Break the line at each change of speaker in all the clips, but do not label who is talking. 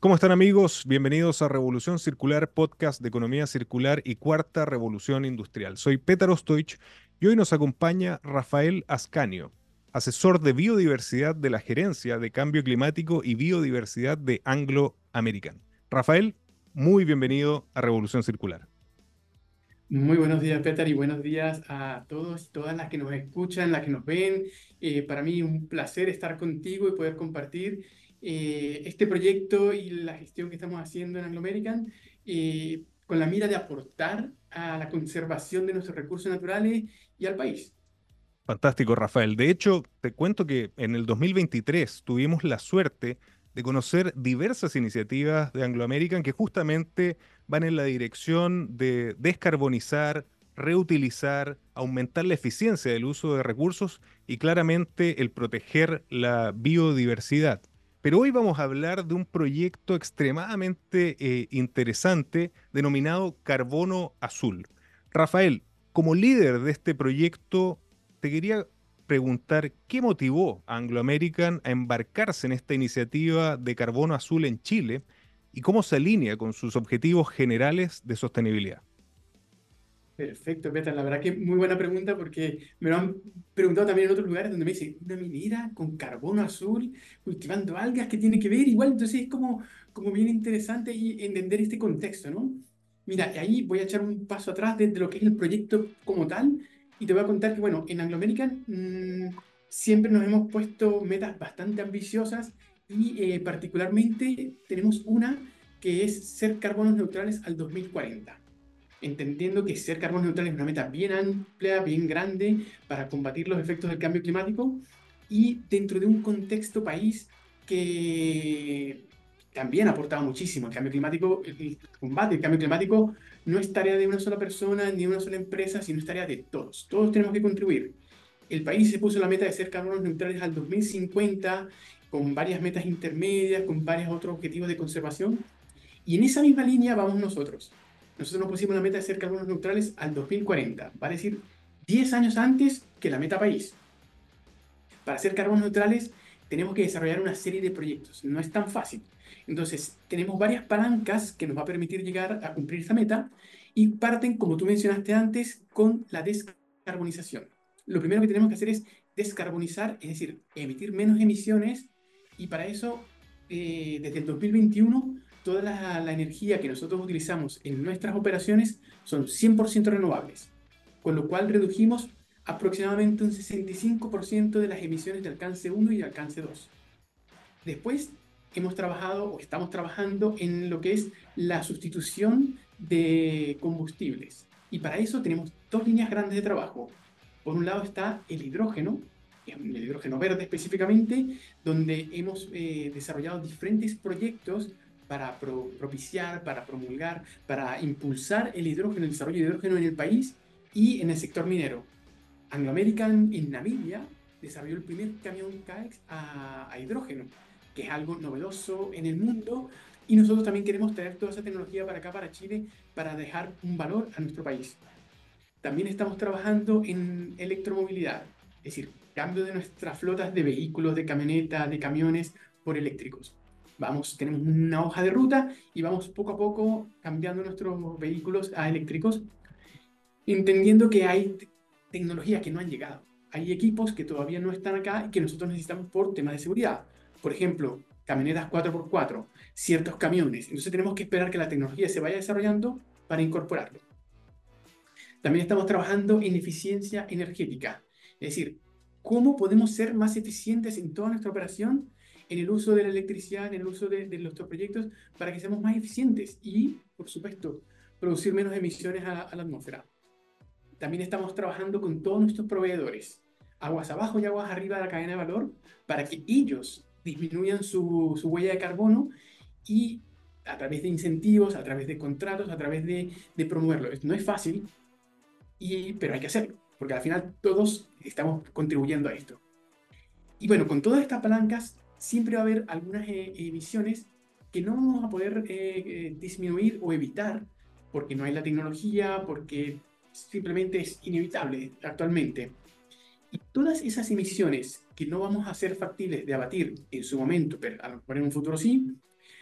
¿Cómo están amigos? Bienvenidos a Revolución Circular, podcast de economía circular y cuarta revolución industrial. Soy Pétaro Stoich y hoy nos acompaña Rafael Ascanio, asesor de biodiversidad de la Gerencia de Cambio Climático y Biodiversidad de Anglo American. Rafael, muy bienvenido a Revolución Circular.
Muy buenos días, Petar, y buenos días a todos y todas las que nos escuchan, las que nos ven. Para mí un placer estar contigo y poder compartir este proyecto y la gestión que estamos haciendo en Anglo American con la mira de aportar a la conservación de nuestros recursos naturales y al país.
Fantástico, Rafael. De hecho, te cuento que en el 2023 tuvimos la suerte de conocer diversas iniciativas de Anglo American que justamente van en la dirección de descarbonizar, reutilizar, aumentar la eficiencia del uso de recursos y claramente el proteger la biodiversidad. Pero hoy vamos a hablar de un proyecto extremadamente interesante denominado Carbono Azul. Rafael, como líder de este proyecto, te quería preguntar qué motivó a Anglo American a embarcarse en esta iniciativa de carbono azul en Chile y cómo se alinea con sus objetivos generales de sostenibilidad.
Perfecto, Petar. La verdad que muy buena pregunta porque me lo han preguntado también en otros lugares donde me dicen, una minera con carbono azul, cultivando algas, ¿qué tiene que ver? Igual, entonces es como bien interesante y entender este contexto, ¿no? Mira, ahí voy a echar un paso atrás desde lo que es el proyecto como tal y te voy a contar que, bueno, en Anglo American siempre nos hemos puesto metas bastante ambiciosas y particularmente tenemos una que es ser carbonos neutrales al 2040, entendiendo que ser carbono neutral es una meta bien amplia, bien grande para combatir los efectos del cambio climático y dentro de un contexto país que también ha aportado muchísimo. El cambio climático, el combate del cambio climático no es tarea de una sola persona ni de una sola empresa, sino es tarea de todos. Todos tenemos que contribuir. El país se puso la meta de ser carbonos neutrales al 2050, con varias metas intermedias, con varios otros objetivos de conservación, y en esa misma línea vamos nosotros. Nosotros nos pusimos la meta de ser carbonos neutrales al 2040, va a decir 10 años antes que la meta país. Para ser carbonos neutrales tenemos que desarrollar una serie de proyectos, no es tan fácil. Entonces, tenemos varias palancas que nos va a permitir llegar a cumplir esta meta y parten, como tú mencionaste antes, con la descarbonización. Lo primero que tenemos que hacer es descarbonizar, es decir, emitir menos emisiones, y para eso, desde el 2021, toda la energía que nosotros utilizamos en nuestras operaciones son 100% renovables, con lo cual redujimos aproximadamente un 65% de las emisiones de alcance 1 y de alcance 2. Después hemos trabajado o estamos trabajando en lo que es la sustitución de combustibles. Y para eso tenemos dos líneas grandes de trabajo. Por un lado está el hidrógeno verde específicamente, donde hemos desarrollado diferentes proyectos para propiciar, para promulgar, para impulsar el hidrógeno, el desarrollo de hidrógeno en el país y en el sector minero. Anglo American en Namibia desarrolló el primer camión CAEX a hidrógeno, que es algo novedoso en el mundo, y nosotros también queremos traer toda esa tecnología para acá, para Chile, para dejar un valor a nuestro país. También estamos trabajando en electromovilidad, es decir, cambio de nuestras flotas de vehículos, de camionetas, de camiones por eléctricos. Vamos, tenemos una hoja de ruta y vamos poco a poco cambiando nuestros vehículos a eléctricos, entendiendo que hay tecnologías que no han llegado. Hay equipos que todavía no están acá y que nosotros necesitamos por temas de seguridad. Por ejemplo, camionetas 4x4, ciertos camiones. Entonces tenemos que esperar que la tecnología se vaya desarrollando para incorporarlo. También estamos trabajando en eficiencia energética. Es decir, cómo podemos ser más eficientes en toda nuestra operación, en el uso de la electricidad, en el uso de nuestros proyectos, para que seamos más eficientes y, por supuesto, producir menos emisiones a la atmósfera. También estamos trabajando con todos nuestros proveedores, aguas abajo y aguas arriba de la cadena de valor, para que ellos disminuyan su huella de carbono y a través de incentivos, a través de contratos, a través de promoverlo. No es fácil, pero hay que hacerlo, porque al final todos estamos contribuyendo a esto. Y bueno, con todas estas palancas siempre va a haber algunas emisiones que no vamos a poder disminuir o evitar porque no hay la tecnología, porque simplemente es inevitable actualmente. Y todas esas emisiones que no vamos a ser factibles de abatir en su momento, pero a lo mejor en un futuro sí,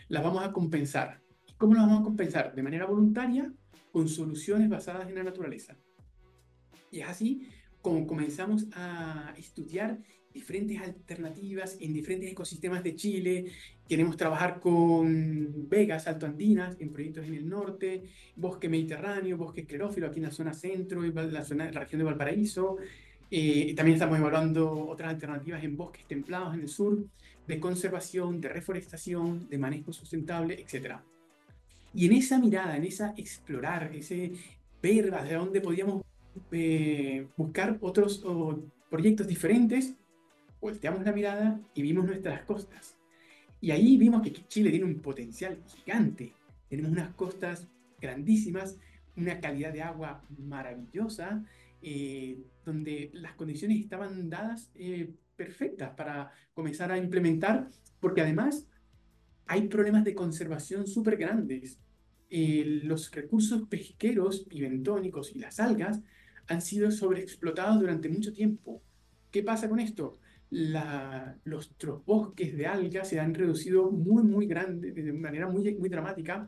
las vamos a compensar. ¿Cómo las vamos a compensar? De manera voluntaria, con soluciones basadas en la naturaleza. Y es así como comenzamos a estudiar diferentes alternativas en diferentes ecosistemas de Chile. Queremos trabajar con vegas altoandinas en proyectos en el norte, bosque mediterráneo, bosque esclerófilo aquí en la zona centro y la región de Valparaíso. También estamos evaluando otras alternativas en bosques templados en el sur, de conservación, de reforestación, de manejo sustentable, etcétera. Y en esa mirada, en esa explorar, ese ver hacia dónde podíamos buscar otros proyectos diferentes, volteamos la mirada y vimos nuestras costas. Y ahí vimos que Chile tiene un potencial gigante. Tenemos unas costas grandísimas, una calidad de agua maravillosa, donde las condiciones estaban dadas perfectas para comenzar a implementar, porque además hay problemas de conservación súper grandes. Los recursos pesqueros y bentónicos y las algas han sido sobreexplotados durante mucho tiempo. ¿Qué pasa con esto? Los bosques de algas se han reducido muy, muy grande, de manera muy, muy dramática,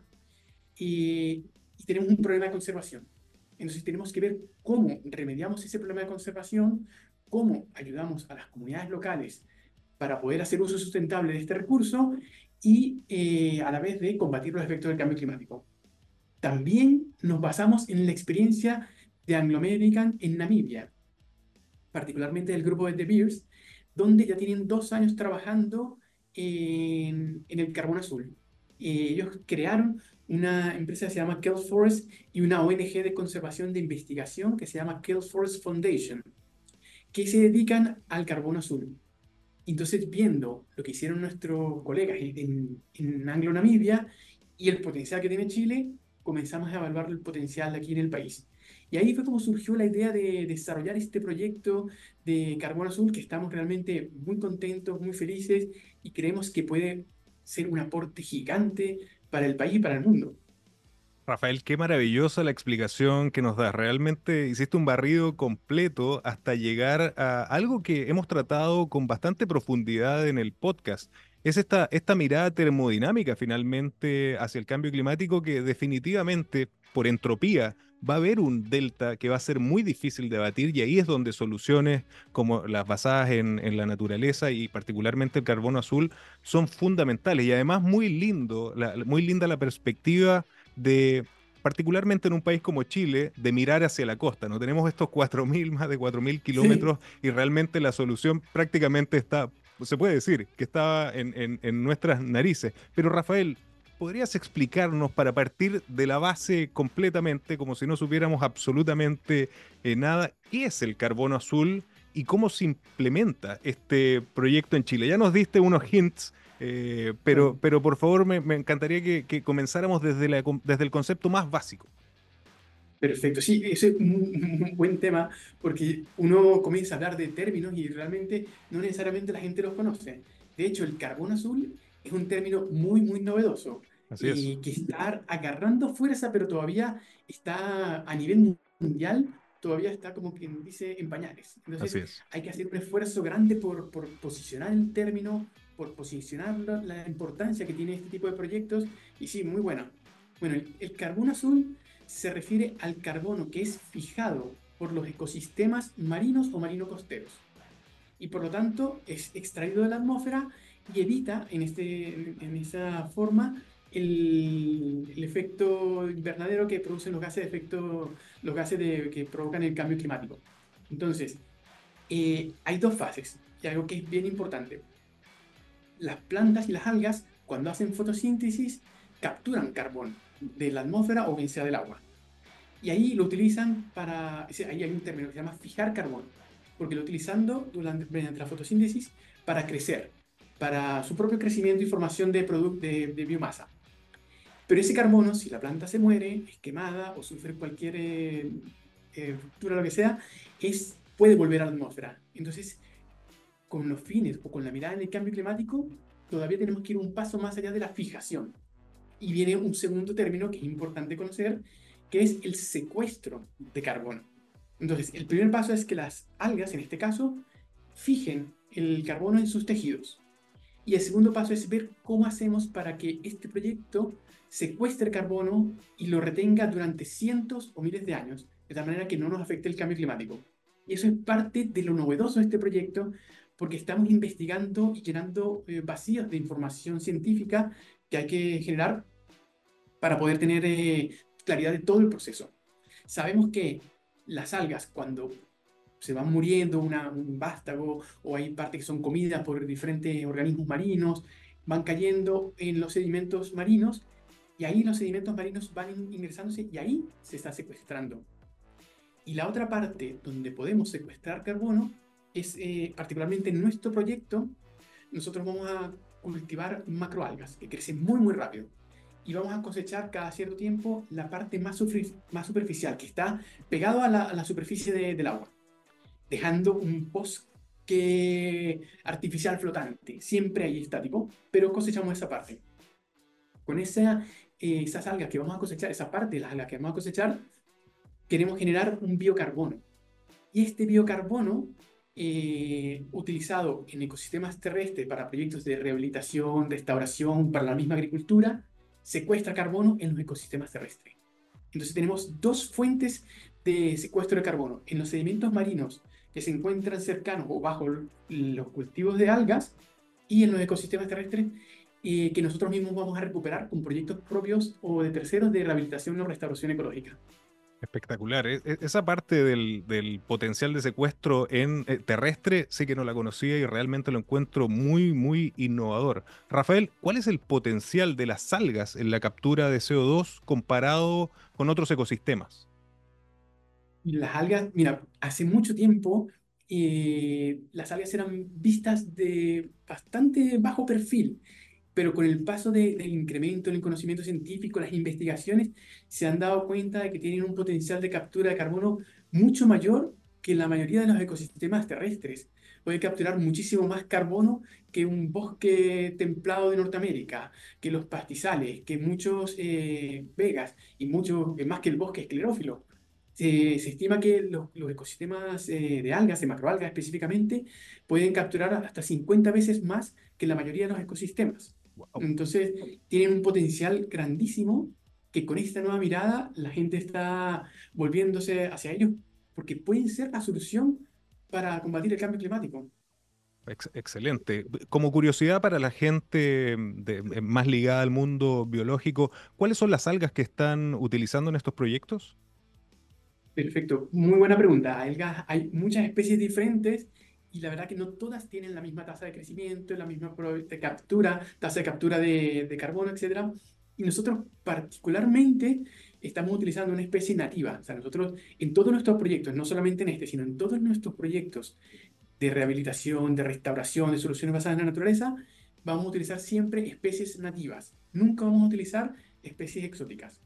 y tenemos un problema de conservación. Entonces tenemos que ver cómo remediamos ese problema de conservación, cómo ayudamos a las comunidades locales para poder hacer uso sustentable de este recurso y a la vez de combatir los efectos del cambio climático. También nos basamos en la experiencia de Anglo American en Namibia, particularmente del grupo de De Beers, donde ya tienen 2 años trabajando en el carbón azul. Ellos crearon una empresa que se llama Kells Forest y una ONG de conservación de investigación que se llama Kells Forest Foundation, que se dedican al carbón azul. Entonces, viendo lo que hicieron nuestros colegas en Anglo-Namibia y el potencial que tiene Chile, comenzamos a evaluar el potencial aquí en el país. Y ahí fue como surgió la idea de desarrollar este proyecto de Carbón Azul, que estamos realmente muy contentos, muy felices y creemos que puede ser un aporte gigante para el país y para el mundo.
Rafael, qué maravillosa la explicación que nos das. Realmente hiciste un barrido completo hasta llegar a algo que hemos tratado con bastante profundidad en el podcast. Es esta mirada termodinámica finalmente hacia el cambio climático que definitivamente por entropía va a haber un delta que va a ser muy difícil de batir y ahí es donde soluciones como las basadas en la naturaleza y particularmente el carbono azul son fundamentales y además muy lindo, muy linda la perspectiva de, particularmente en un país como Chile, de mirar hacia la costa. No tenemos estos 4.000, más de 4.000
Sí.
kilómetros y realmente la solución prácticamente está, se puede decir, que está en nuestras narices. Pero Rafael, ¿podrías explicarnos para partir de la base completamente, como si no supiéramos absolutamente nada, qué es el carbono azul y cómo se implementa este proyecto en Chile? Ya nos diste unos hints, pero por favor me encantaría que comenzáramos desde el concepto más básico.
Perfecto, sí, ese es un buen tema porque uno comienza a hablar de términos y realmente no necesariamente la gente los conoce. De hecho, el carbón azul es un término muy, muy novedoso
Así es,
y que está agarrando fuerza, pero todavía está a nivel mundial, todavía está como quien dice en pañales.
así
Entonces,
es.
hay que hacer un esfuerzo grande por posicionar el término, por posicionar la importancia que tiene este tipo de proyectos y sí, muy bueno. Bueno, el carbón azul se refiere al carbono que es fijado por los ecosistemas marinos o marino-costeros y por lo tanto es extraído de la atmósfera y evita en esa forma el efecto invernadero que producen los gases de efecto, que provocan el cambio climático. Entonces, hay dos fases y algo que es bien importante. Las plantas y las algas, cuando hacen fotosíntesis, capturan carbón de la atmósfera o bien sea del agua. Y ahí lo utilizan ahí hay un término que se llama fijar carbono, porque lo utilizando mediante la fotosíntesis para crecer, para su propio crecimiento y formación de biomasa. Pero ese carbono, si la planta se muere, es quemada o sufre cualquier ruptura, lo que sea, puede volver a la atmósfera. Entonces, con los fines o con la mirada en el cambio climático, todavía tenemos que ir un paso más allá de la fijación. Y viene un segundo término que es importante conocer, que es el secuestro de carbono. Entonces, el primer paso es que las algas, en este caso, fijen el carbono en sus tejidos. Y el segundo paso es ver cómo hacemos para que este proyecto secuestre carbono y lo retenga durante cientos o miles de años, de tal manera que no nos afecte el cambio climático. Y eso es parte de lo novedoso de este proyecto, porque estamos investigando y llenando vacíos de información científica que hay que generar para poder tener claridad de todo el proceso. Sabemos que las algas, cuando se van muriendo un vástago o hay partes que son comidas por diferentes organismos marinos, van cayendo en los sedimentos marinos y ahí los sedimentos marinos van ingresándose y ahí se está secuestrando. Y la otra parte donde podemos secuestrar carbono es particularmente en nuestro proyecto, nosotros vamos a cultivar macroalgas que crecen muy muy rápido y vamos a cosechar cada cierto tiempo la parte más superficial que está pegado a la superficie del agua, dejando un bosque artificial flotante, siempre ahí estático, pero cosechamos esa parte. Con esas algas que vamos a cosechar, esa parte de las algas que vamos a cosechar, queremos generar un biocarbono. Y este biocarbono, utilizado en ecosistemas terrestres para proyectos de rehabilitación, restauración, para la misma agricultura, secuestra carbono en los ecosistemas terrestres. Entonces tenemos dos fuentes de secuestro de carbono. En los sedimentos marinos que se encuentran cercanos o bajo los cultivos de algas y en los ecosistemas terrestres que nosotros mismos vamos a recuperar con proyectos propios o de terceros de rehabilitación o restauración ecológica.
Espectacular. Esa parte del potencial de secuestro en terrestre sí que no la conocía y realmente lo encuentro muy, muy innovador. Rafael, ¿cuál es el potencial de las algas en la captura de CO2 comparado con otros ecosistemas?
Y las algas, mira, hace mucho tiempo las algas eran vistas de bastante bajo perfil, pero con el paso del incremento en el conocimiento científico, las investigaciones se han dado cuenta de que tienen un potencial de captura de carbono mucho mayor que la mayoría de los ecosistemas terrestres. Puede capturar muchísimo más carbono que un bosque templado de Norteamérica, que los pastizales, que muchos vegas y mucho más que el bosque esclerófilo. Se estima que los ecosistemas de algas, de macroalgas específicamente, pueden capturar hasta 50 veces más que la mayoría de los ecosistemas.
Wow.
Entonces, tienen un potencial grandísimo que con esta nueva mirada la gente está volviéndose hacia ellos porque pueden ser la solución para combatir el cambio climático.
Excelente. Como curiosidad para la gente más ligada al mundo biológico, ¿cuáles son las algas que están utilizando en estos proyectos?
Perfecto, muy buena pregunta. Hay muchas especies diferentes y la verdad que no todas tienen la misma tasa de crecimiento, la misma de captura, tasa de captura de carbono, etcétera. Y nosotros particularmente estamos utilizando una especie nativa. O sea, nosotros en todos nuestros proyectos, no solamente en este, sino en todos nuestros proyectos de rehabilitación, de restauración, de soluciones basadas en la naturaleza, vamos a utilizar siempre especies nativas. Nunca vamos a utilizar especies exóticas.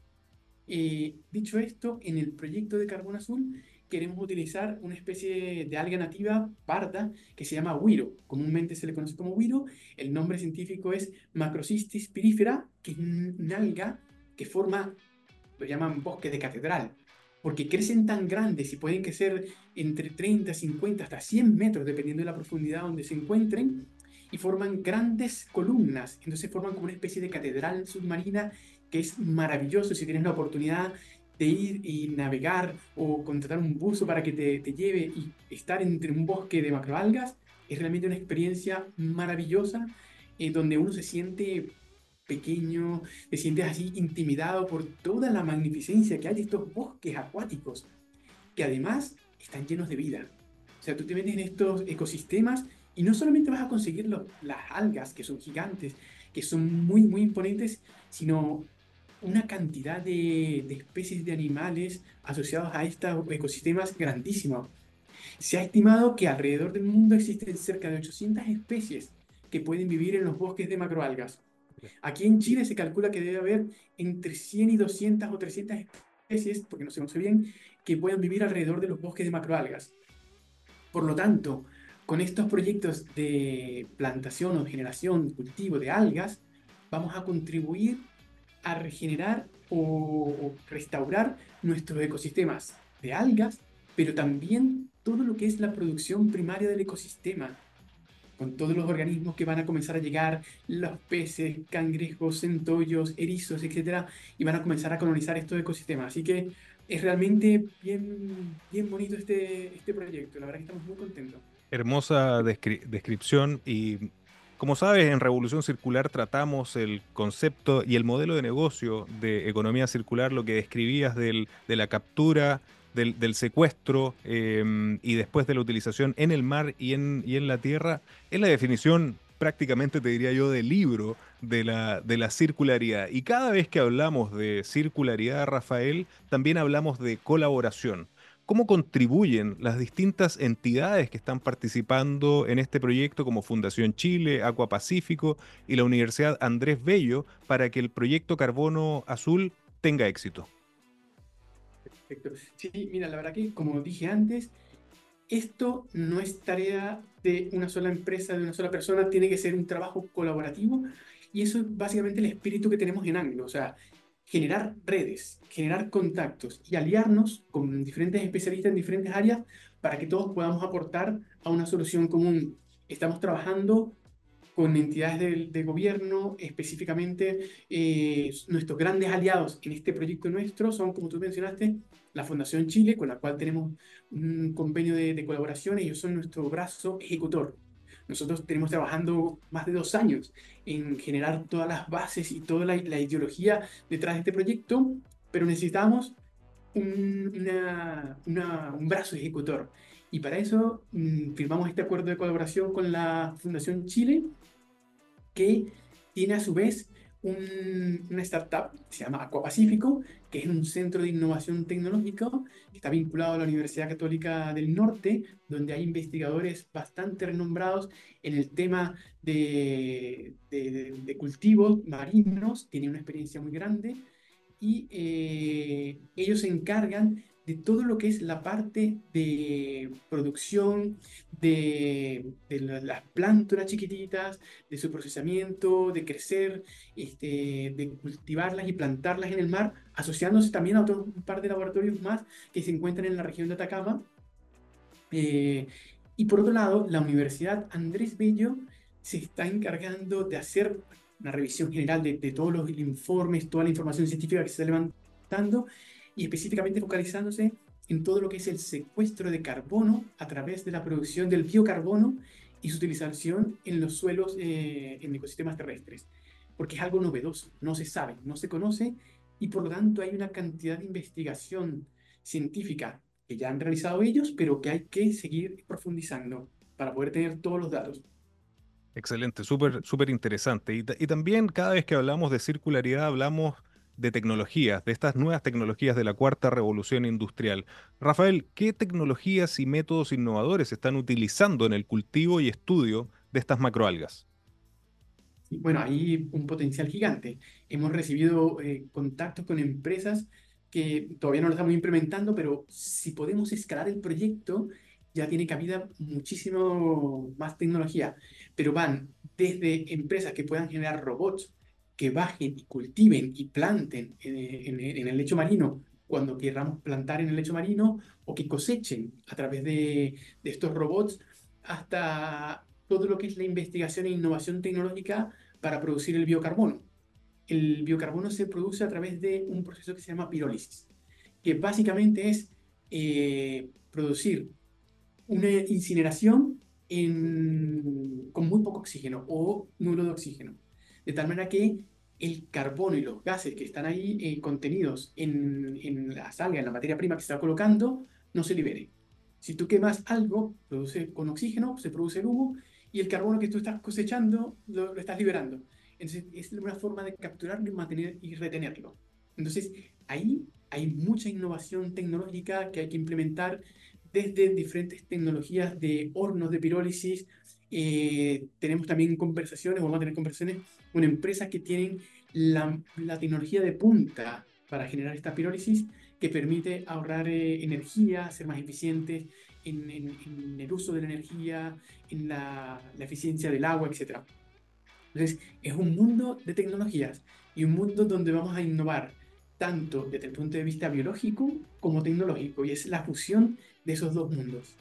Dicho esto, en el proyecto de Carbón Azul queremos utilizar una especie de alga nativa parda que se llama Wiro. Comúnmente se le conoce como Wiro. El nombre científico es Macrocystis pirífera, que es una alga que forma, lo llaman bosque de catedral, porque crecen tan grandes y pueden crecer entre 30, 50, hasta 100 metros, dependiendo de la profundidad donde se encuentren, y forman grandes columnas. Entonces forman como una especie de catedral submarina que es maravilloso si tienes la oportunidad de ir y navegar o contratar un buzo para que te lleve y estar entre un bosque de macroalgas. Es realmente una experiencia maravillosa donde uno se siente pequeño, te sientes así intimidado por toda la magnificencia que hay de estos bosques acuáticos, que además están llenos de vida. O sea, tú te metes en estos ecosistemas y no solamente vas a conseguir las algas, que son gigantes, que son muy, muy imponentes, sino una cantidad de especies de animales asociados a estos ecosistemas grandísimos. Se ha estimado que alrededor del mundo existen cerca de 800 especies que pueden vivir en los bosques de macroalgas. Aquí en Chile se calcula que debe haber entre 100 y 200 o 300 especies, porque no se conoce bien, que puedan vivir alrededor de los bosques de macroalgas. Por lo tanto, con estos proyectos de plantación o generación, cultivo de algas, vamos a contribuir a regenerar o restaurar nuestros ecosistemas de algas, pero también todo lo que es la producción primaria del ecosistema. con todos los organismos que van a comenzar a llegar, los peces, cangrejos, centollos, erizos, etcétera, y van a comenzar a colonizar estos ecosistemas. Así que es realmente bien, bien bonito este proyecto. La verdad que estamos muy contentos.
Hermosa descripción y como sabes, en Revolución Circular tratamos el concepto y el modelo de negocio de economía circular, lo que describías de la captura, del secuestro y después de la utilización en el mar y en la tierra, es la definición prácticamente, te diría yo, del libro de la circularidad. Y cada vez que hablamos de circularidad, Rafael, también hablamos de colaboración. ¿Cómo contribuyen las distintas entidades que están participando en este proyecto como Fundación Chile, Aqua Pacífico y la Universidad Andrés Bello para que el proyecto Carbono Azul tenga éxito?
Perfecto. Sí, mira, la verdad que, como dije antes, esto no es tarea de una sola empresa, de una sola persona, tiene que ser un trabajo colaborativo y eso es básicamente el espíritu que tenemos en Anglo, o sea, generar redes, generar contactos y aliarnos con diferentes especialistas en diferentes áreas para que todos podamos aportar a una solución común. Estamos trabajando con entidades de gobierno, específicamente nuestros grandes aliados en este proyecto nuestro son, como tú mencionaste, la Fundación Chile, con la cual tenemos un convenio de colaboración. Ellos son nuestro brazo ejecutor. Nosotros tenemos trabajando más de 2 años en generar todas las bases y toda la ideología detrás de este proyecto, pero necesitamos un brazo ejecutor. Y para eso firmamos este acuerdo de colaboración con la Fundación Chile, que tiene a su vez una startup que se llama Aquapacífico, que es un centro de innovación tecnológica que está vinculado a la Universidad Católica del Norte, donde hay investigadores bastante renombrados en el tema de cultivos marinos, tiene una experiencia muy grande y ellos se encargan de todo lo que es la parte de producción las plántulas chiquititas, de su procesamiento, de crecer, de cultivarlas y plantarlas en el mar, asociándose también a otros un par de laboratorios más que se encuentran en la región de Atacama. Eh, y por otro lado, la Universidad Andrés Bello se está encargando de hacer una revisión general de todos los informes, toda la información científica que se está levantando y específicamente focalizándose en todo lo que es el secuestro de carbono a través de la producción del biocarbono y su utilización en los suelos, en ecosistemas terrestres. Porque es algo novedoso, no se sabe, no se conoce y por lo tanto hay una cantidad de investigación científica que ya han realizado ellos, pero que hay que seguir profundizando para poder tener todos los datos.
Excelente, súper interesante. Y también cada vez que hablamos de circularidad hablamos de tecnologías, de estas nuevas tecnologías de la cuarta revolución industrial. Rafael, ¿qué tecnologías y métodos innovadores se están utilizando en el cultivo y estudio de estas macroalgas?
Y bueno, hay un potencial gigante. Hemos recibido contactos con empresas que todavía no lo estamos implementando, pero si podemos escalar el proyecto, ya tiene cabida muchísimo más tecnología. Pero van desde empresas que puedan generar robots que bajen y cultiven y planten en el lecho marino cuando queramos plantar en el lecho marino, o que cosechen a través de estos robots, hasta todo lo que es la investigación e innovación tecnológica para producir el biocarbono. El biocarbono se produce a través de un proceso que se llama pirólisis, que básicamente es producir una incineración con muy poco oxígeno o nulo de oxígeno. De tal manera que el carbono y los gases que están ahí contenidos en la algas, en la materia prima que se está colocando, no se liberen. Si tú quemas algo, produce con oxígeno, se produce el humo, y el carbono que tú estás cosechando lo estás liberando. Entonces, es una forma de capturarlo y mantener y retenerlo. Entonces, ahí hay mucha innovación tecnológica que hay que implementar desde diferentes tecnologías de hornos de pirólisis. Tenemos también conversaciones, vamos a tener conversaciones con empresas que tienen la tecnología de punta para generar esta pirólisis que permite ahorrar energía, ser más eficientes en el uso de la energía, en la eficiencia del agua, etcétera. Entonces, es un mundo de tecnologías y un mundo donde vamos a innovar tanto desde el punto de vista biológico como tecnológico, y es la fusión de esos dos mundos.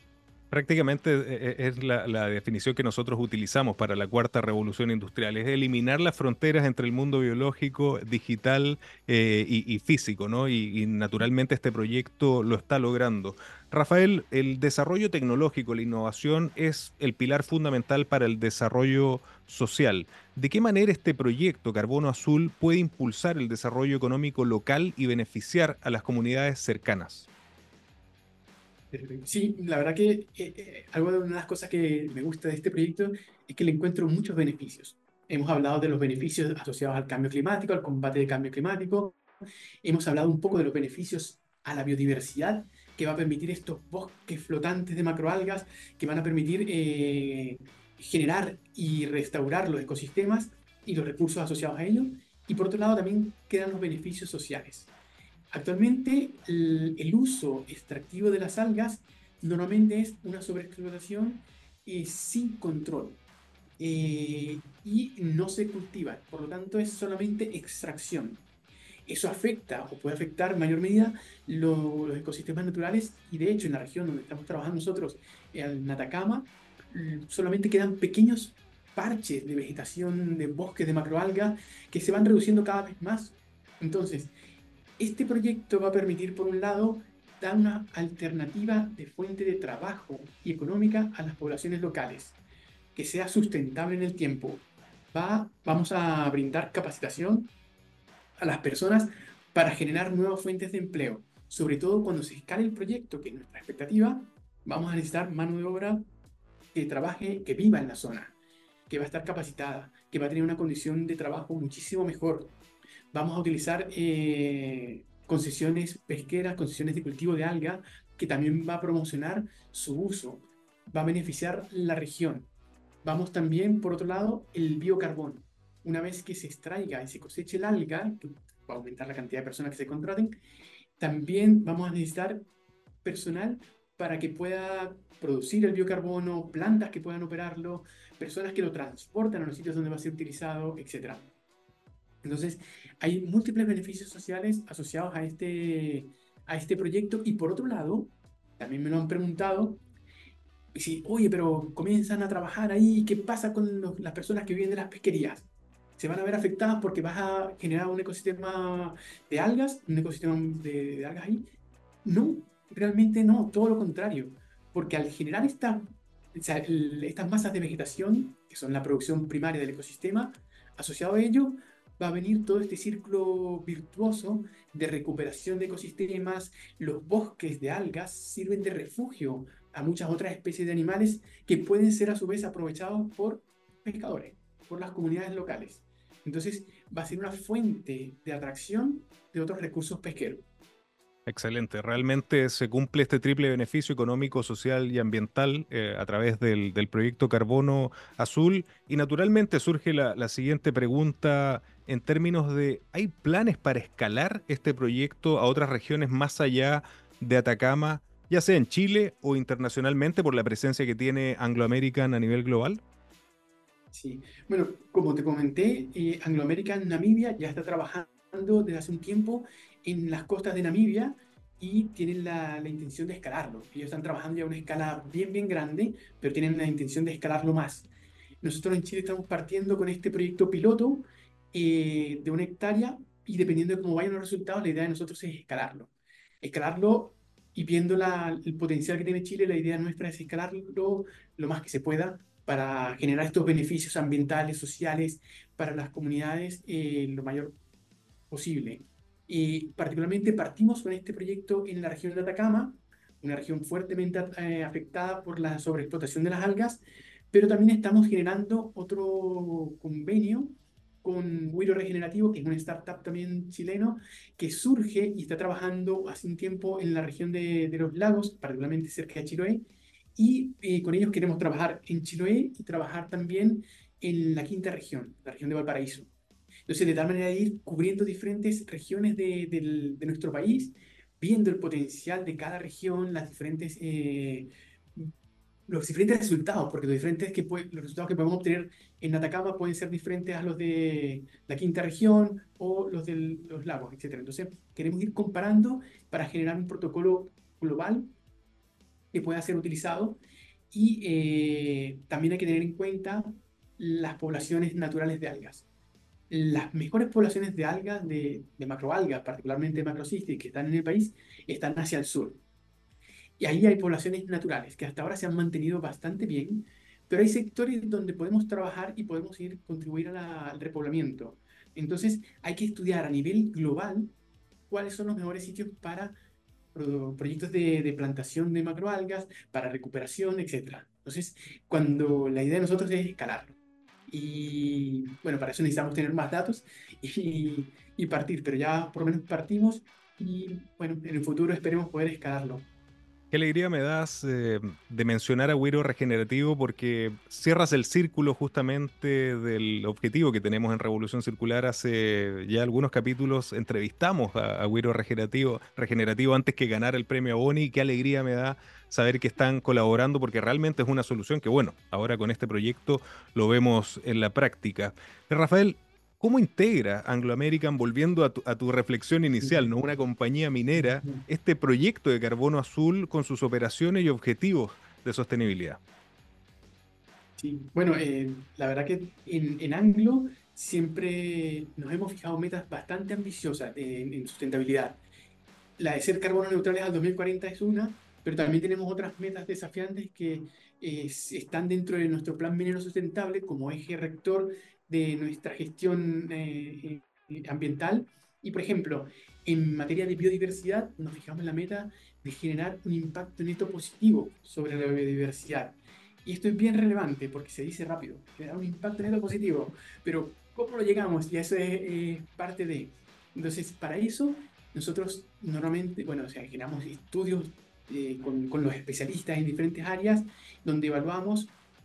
Prácticamente es la definición que nosotros utilizamos para la cuarta revolución industrial, es eliminar las fronteras entre el mundo biológico, digital y físico, ¿no? Y naturalmente este proyecto lo está logrando. Rafael, el desarrollo tecnológico, la innovación es el pilar fundamental para el desarrollo social. ¿De qué manera este proyecto Carbono Azul puede impulsar el desarrollo económico local y beneficiar a las comunidades cercanas?
Perfecto. Sí, la verdad que algo de una de las cosas que me gusta de este proyecto es que le encuentro muchos beneficios. Hemos hablado de los beneficios asociados al cambio climático, al combate del cambio climático. Hemos hablado un poco de los beneficios a la biodiversidad que va a permitir estos bosques flotantes de macroalgas que van a permitir generar y restaurar los ecosistemas y los recursos asociados a ellos. Y por otro lado también quedan los beneficios sociales. Actualmente, el uso extractivo de las algas normalmente es una sobreexplotación sin control y no se cultiva, por lo tanto es solamente extracción. Eso afecta o puede afectar en mayor medida los ecosistemas naturales y de hecho en la región donde estamos trabajando nosotros, en Atacama, solamente quedan pequeños parches de vegetación, de bosques de macroalgas que se van reduciendo cada vez más. Entonces, este proyecto va a permitir, por un lado, dar una alternativa de fuente de trabajo y económica a las poblaciones locales, que sea sustentable en el tiempo. Vamos a brindar capacitación a las personas para generar nuevas fuentes de empleo. Sobre todo cuando se escale el proyecto, que es nuestra expectativa, vamos a necesitar mano de obra que trabaje, que viva en la zona, que va a estar capacitada, que va a tener una condición de trabajo muchísimo mejor. Vamos a utilizar concesiones pesqueras, concesiones de cultivo de alga, que también va a promocionar su uso, va a beneficiar la región. Vamos también, por otro lado, el biocarbono. Una vez que se extraiga y se coseche el alga, que va a aumentar la cantidad de personas que se contraten, también vamos a necesitar personal para que pueda producir el biocarbono, plantas que puedan operarlo, personas que lo transportan a los sitios donde va a ser utilizado, etcétera. Entonces, hay múltiples beneficios sociales asociados a este proyecto y por otro lado, también me lo han preguntado, y si, oye, pero comienzan a trabajar ahí, ¿qué pasa con las personas que viven de las pesquerías? ¿Se van a ver afectadas porque vas a generar un ecosistema de algas, un ecosistema de algas ahí? No, realmente no, todo lo contrario, porque al generar o sea, estas masas de vegetación, que son la producción primaria del ecosistema, asociado a ello va a venir todo este círculo virtuoso de recuperación de ecosistemas. Los bosques de algas sirven de refugio a muchas otras especies de animales que pueden ser a su vez aprovechados por pescadores, por las comunidades locales. Entonces va a ser una fuente de atracción de otros recursos pesqueros.
Excelente. Realmente se cumple este triple beneficio económico, social y ambiental a través del proyecto Carbono Azul. Y naturalmente surge la siguiente pregunta en términos de, ¿hay planes para escalar este proyecto a otras regiones más allá de Atacama, ya sea en Chile o internacionalmente por la presencia que tiene Anglo American a nivel global?
Sí, bueno, como te comenté, Anglo American Namibia ya está trabajando desde hace un tiempo en las costas de Namibia y tienen la intención de escalarlo. Ellos están trabajando ya a una escala bien, bien grande, pero tienen la intención de escalarlo más. Nosotros en Chile estamos partiendo con este proyecto piloto de 1 hectárea y dependiendo de cómo vayan los resultados, la idea de nosotros es escalarlo. Escalarlo y viendo el potencial que tiene Chile, la idea nuestra es escalarlo lo más que se pueda para generar estos beneficios ambientales, sociales para las comunidades lo mayor posible. Y particularmente partimos con este proyecto en la región de Atacama, una región fuertemente afectada por la sobreexplotación de las algas, pero también estamos generando otro convenio con Wiro Regenerativo, que es una startup también chileno, que surge y está trabajando hace un tiempo en la región de los lagos, particularmente cerca de Chiloé, y con ellos queremos trabajar en Chiloé y trabajar también en la quinta región, la región de Valparaíso. Entonces, de tal manera de ir cubriendo diferentes regiones de nuestro país, viendo el potencial de cada región, los diferentes resultados, porque los resultados que podemos obtener en Atacama pueden ser diferentes a los de la quinta región o los de los lagos, etcétera. Entonces, queremos ir comparando para generar un protocolo global que pueda ser utilizado. Y también hay que tener en cuenta las poblaciones naturales de algas. Las mejores poblaciones de algas, de macroalgas, particularmente macrocystis, que están en el país, están hacia el sur. Y ahí hay poblaciones naturales que hasta ahora se han mantenido bastante bien, pero hay sectores donde podemos trabajar y podemos ir contribuir a al repoblamiento. Entonces, hay que estudiar a nivel global cuáles son los mejores sitios para proyectos de plantación de macroalgas, para recuperación, etcétera. Entonces, cuando la idea de nosotros es escalarlo. Y bueno, para eso necesitamos tener más datos y partir, pero ya por lo menos partimos y bueno, en el futuro esperemos poder escalarlo.
Qué alegría me das de mencionar a Wiro Regenerativo porque cierras el círculo justamente del objetivo que tenemos en Revolución Circular. Hace ya algunos capítulos entrevistamos a Wiro Regenerativo antes que ganar el premio Boni y qué alegría me da saber que están colaborando porque realmente es una solución que, bueno, ahora con este proyecto lo vemos en la práctica. Rafael, ¿cómo integra Anglo American, volviendo a tu reflexión inicial, ¿no? Una compañía minera, este proyecto de carbono azul con sus operaciones y objetivos de sostenibilidad?
Sí, bueno, la verdad que en Anglo siempre nos hemos fijado metas bastante ambiciosas en sustentabilidad. La de ser carbono neutrales al 2040 es una, pero también tenemos otras metas desafiantes que están dentro de nuestro plan minero sustentable como eje rector de nuestra gestión ambiental. Y, por ejemplo, en materia de biodiversidad, nos fijamos en la meta de generar un impacto neto positivo sobre la biodiversidad. Y esto es bien relevante porque se dice rápido, generar un impacto neto positivo, pero ¿cómo lo llegamos? Y eso es parte de... Entonces, para eso nosotros normalmente, bueno, o sea, generamos estudios con los especialistas en diferentes áreas donde evaluamos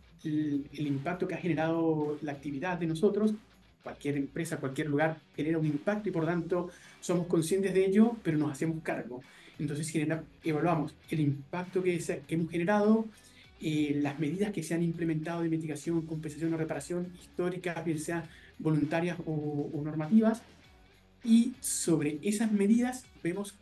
el impacto que ha generado la actividad de nosotros. Cualquier empresa, cualquier lugar genera un impacto y por tanto somos conscientes de ello, pero nos hacemos cargo. Entonces evaluamos el impacto que hemos generado, las medidas que se han implementado de mitigación, compensación o reparación históricas, bien sean voluntarias o normativas, y sobre esas medidas vemos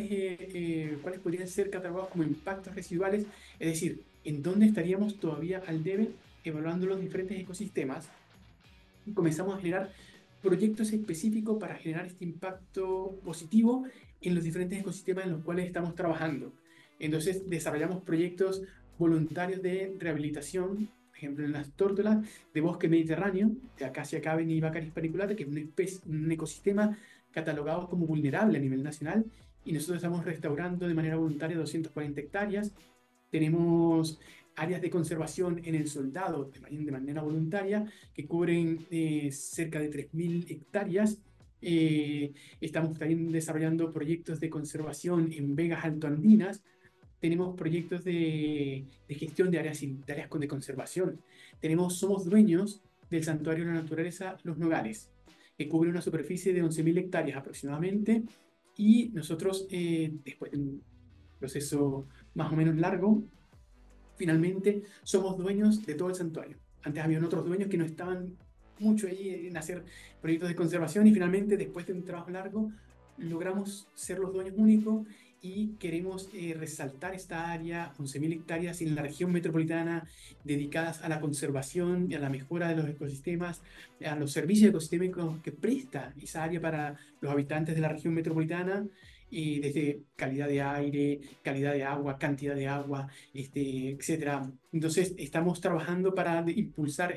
cuáles podrían ser catalogados como impactos residuales, es decir, en dónde estaríamos todavía al debe evaluando los diferentes ecosistemas y comenzamos a generar proyectos específicos para generar este impacto positivo en los diferentes ecosistemas en los cuales estamos trabajando. Entonces desarrollamos proyectos voluntarios de rehabilitación, por ejemplo en las tórtolas de bosque mediterráneo, de Acacia caven y Baccharis paniculata, que es un ecosistema catalogado como vulnerable a nivel nacional, y nosotros estamos restaurando de manera voluntaria 240 hectáreas. Tenemos áreas de conservación en el Soldado de manera voluntaria que cubren cerca de 3.000 hectáreas. Estamos también desarrollando proyectos de conservación en vegas altoandinas. Tenemos proyectos de gestión de áreas de conservación. Somos dueños del Santuario de la Naturaleza Los Nogales, que cubre una superficie de 11.000 hectáreas aproximadamente. Y nosotros, después de un proceso más o menos largo, finalmente somos dueños de todo el santuario. Antes habían otros dueños que no estaban mucho ahí en hacer proyectos de conservación y finalmente, después de un trabajo largo, logramos ser los dueños únicos y queremos resaltar esta área, 11.000 hectáreas en la región metropolitana dedicadas a la conservación y a la mejora de los ecosistemas, a los servicios ecosistémicos que presta esa área para los habitantes de la región metropolitana, y desde calidad de aire, calidad de agua, cantidad de agua, etcétera. Entonces, estamos trabajando para impulsar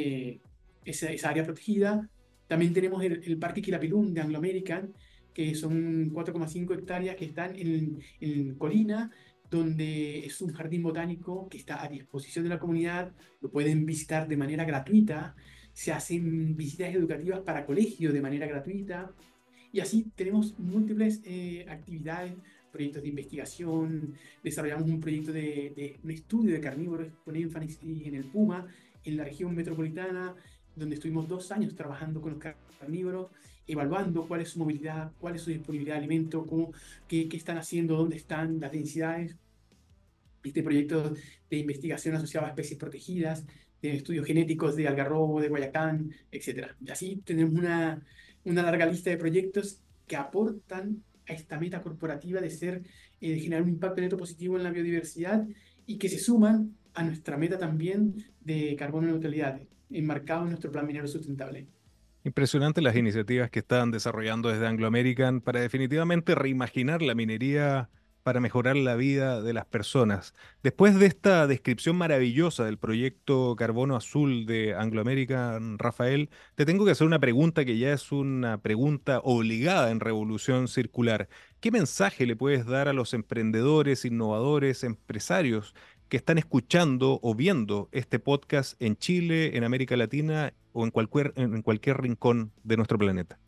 esa área protegida. También tenemos el Parque Quilapilún de Anglo American, que son 4,5 hectáreas que están en Colina, donde es un jardín botánico que está a disposición de la comunidad, lo pueden visitar de manera gratuita, se hacen visitas educativas para colegios de manera gratuita, y así tenemos múltiples actividades, proyectos de investigación, desarrollamos un proyecto de un estudio de carnívoros con énfasis en el puma, en la región metropolitana, donde estuvimos 2 años trabajando con los carnívoros, evaluando cuál es su movilidad, cuál es su disponibilidad de alimento, qué están haciendo, dónde están las densidades. Proyecto de investigación asociado a especies protegidas, de estudios genéticos de algarrobo, de guayacán, etcétera. Y así tenemos una larga lista de proyectos que aportan a esta meta corporativa de ser, de generar un impacto neto positivo en la biodiversidad y que se suman a nuestra meta también de carbono neutralidad, enmarcado en nuestro plan minero sustentable.
Impresionantes las iniciativas que están desarrollando desde Anglo American para definitivamente reimaginar la minería para mejorar la vida de las personas. Después de esta descripción maravillosa del proyecto Carbono Azul de Anglo American, Rafael, te tengo que hacer una pregunta que ya es una pregunta obligada en Revolución Circular. ¿Qué mensaje le puedes dar a los emprendedores, innovadores, empresarios que están escuchando o viendo este podcast en Chile, en América Latina o en cualquier rincón de nuestro planeta?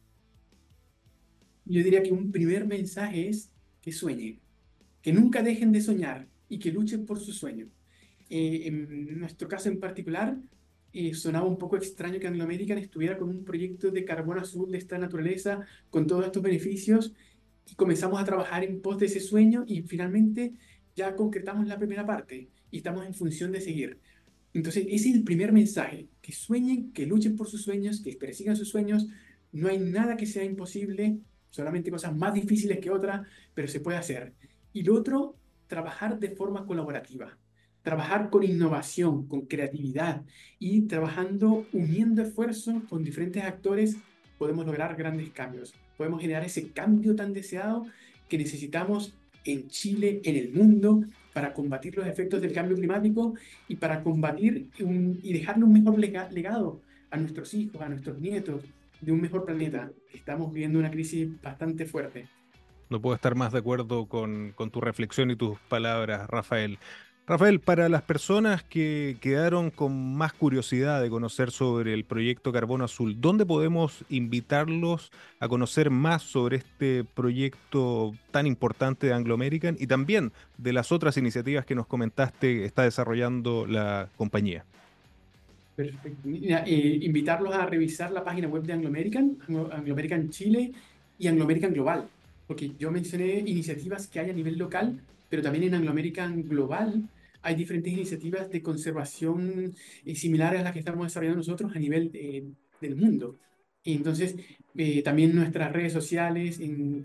Yo diría que un primer mensaje es que sueñen, que nunca dejen de soñar y que luchen por su sueño. En nuestro caso en particular, sonaba un poco extraño que Anglo American estuviera con un proyecto de carbono azul de esta naturaleza, con todos estos beneficios, y comenzamos a trabajar en pos de ese sueño y finalmente ya concretamos la primera parte y estamos en función de seguir. Entonces, ese es el primer mensaje, que sueñen, que luchen por sus sueños, que persigan sus sueños. No hay nada que sea imposible, solamente cosas más difíciles que otras, pero se puede hacer. Y lo otro, trabajar de forma colaborativa, trabajar con innovación, con creatividad y trabajando, uniendo esfuerzos con diferentes actores, podemos lograr grandes cambios. Podemos generar ese cambio tan deseado que necesitamos en Chile, en el mundo, para combatir los efectos del cambio climático y para combatir y dejarle un mejor legado a nuestros hijos, a nuestros nietos, de un mejor planeta. Estamos viviendo una crisis bastante fuerte.
No puedo estar más de acuerdo con tu reflexión y tus palabras, Rafael. Rafael, para las personas que quedaron con más curiosidad de conocer sobre el proyecto Carbono Azul, ¿dónde podemos invitarlos a conocer más sobre este proyecto tan importante de Anglo American y también de las otras iniciativas que nos comentaste que está desarrollando la compañía?
Perfecto. Mira, invitarlos a revisar la página web de Anglo American, Anglo American Chile y Anglo American Global, porque yo mencioné iniciativas que hay a nivel local, pero también en Anglo American Global hay diferentes iniciativas de conservación similares a las que estamos desarrollando nosotros a nivel del mundo. Y entonces, también nuestras redes sociales,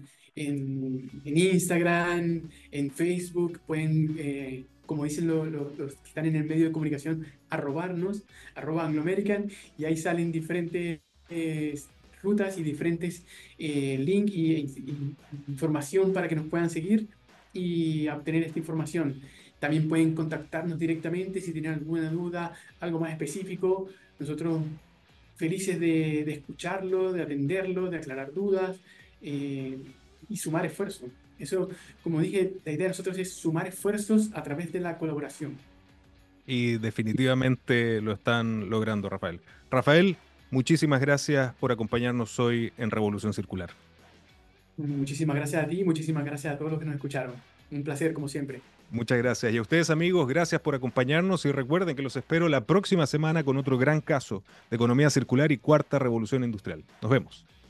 en Instagram, en Facebook, pueden, como dicen los que están en el medio de comunicación, arrobarnos, @Anglo American, y ahí salen diferentes rutas y diferentes links y información para que nos puedan seguir y obtener esta información. También pueden contactarnos directamente si tienen alguna duda, algo más específico. Nosotros felices de escucharlo, de atenderlo, de aclarar dudas eh, y sumar esfuerzos. Eso, como dije, la idea de nosotros es sumar esfuerzos a través de la colaboración.
Y definitivamente lo están logrando, Rafael. Rafael, muchísimas gracias por acompañarnos hoy en Revolución Circular.
Muchísimas gracias a ti, muchísimas gracias a todos los que nos escucharon. Un placer, como siempre.
Muchas gracias. Y a ustedes, amigos, gracias por acompañarnos y recuerden que los espero la próxima semana con otro gran caso de economía circular y cuarta revolución industrial. Nos vemos.